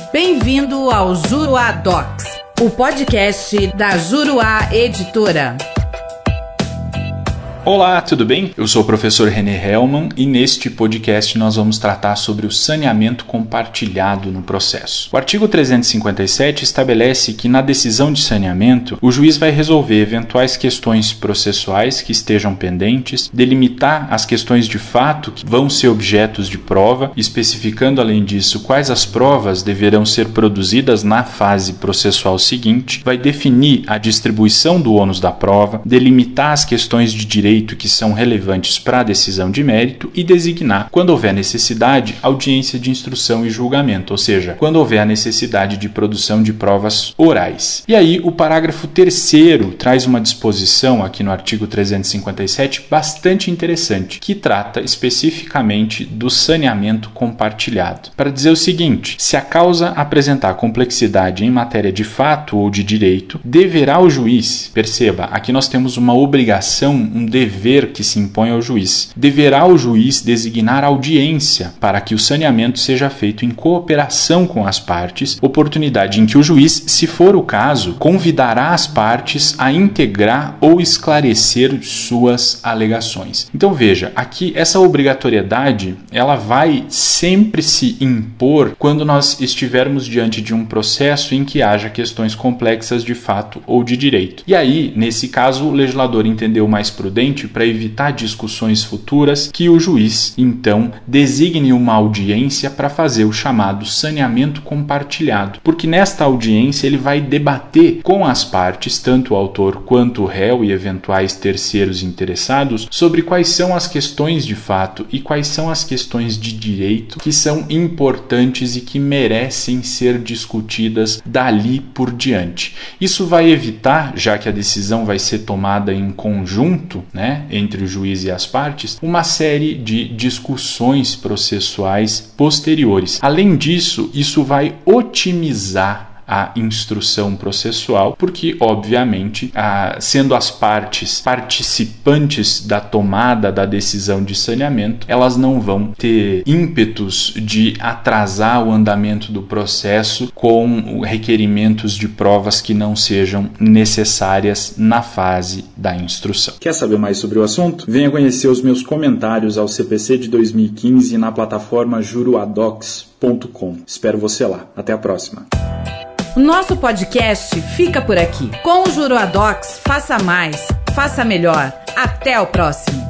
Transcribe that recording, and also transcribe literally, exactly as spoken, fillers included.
Bem-vindo ao Juruá Docs, o podcast da Juruá Editora. Olá, tudo bem? Eu sou o professor René Hellmann e neste podcast nós vamos tratar sobre o saneamento compartilhado no processo. O artigo trezentos e cinquenta e sete estabelece que na decisão de saneamento o juiz vai resolver eventuais questões processuais que estejam pendentes, delimitar as questões de fato que vão ser objetos de prova, especificando além disso quais as provas deverão ser produzidas na fase processual seguinte, vai definir a distribuição do ônus da prova, delimitar as questões de direito que são relevantes para a decisão de mérito e designar, quando houver necessidade, audiência de instrução e julgamento, ou seja, quando houver a necessidade de produção de provas orais. E aí, o parágrafo terceiro traz uma disposição aqui no artigo trezentos e cinquenta e sete bastante interessante, que trata especificamente do saneamento compartilhado. Para dizer o seguinte, se a causa apresentar complexidade em matéria de fato ou de direito, deverá o juiz, perceba, aqui nós temos uma obrigação, um dever que se impõe ao juiz. Deverá o juiz designar audiência para que o saneamento seja feito em cooperação com as partes, oportunidade em que o juiz, se for o caso, convidará as partes a integrar ou esclarecer suas alegações. Então veja, aqui essa obrigatoriedade, ela vai sempre se impor quando nós estivermos diante de um processo em que haja questões complexas de fato ou de direito. E aí, nesse caso, o legislador entendeu mais prudente para evitar discussões futuras que o juiz, então, designe uma audiência para fazer o chamado saneamento compartilhado, porque nesta audiência ele vai debater com as partes, tanto o autor quanto o réu e eventuais terceiros interessados, sobre quais são as questões de fato e quais são as questões de direito que são importantes e que merecem ser discutidas dali por diante. Isso vai evitar, já que a decisão vai ser tomada em conjunto, né, entre o juiz e as partes, uma série de discussões processuais posteriores. Além disso, isso vai otimizar a instrução processual, porque, obviamente, a, sendo as partes participantes da tomada da decisão de saneamento, elas não vão ter ímpetos de atrasar o andamento do processo com requerimentos de provas que não sejam necessárias na fase da instrução. Quer saber mais sobre o assunto? Venha conhecer os meus comentários ao C P C de dois mil e quinze na plataforma juruadocs ponto com. Espero você lá. Até a próxima. O nosso podcast fica por aqui. Com o Juruá Docs, faça mais, faça melhor. Até o próximo.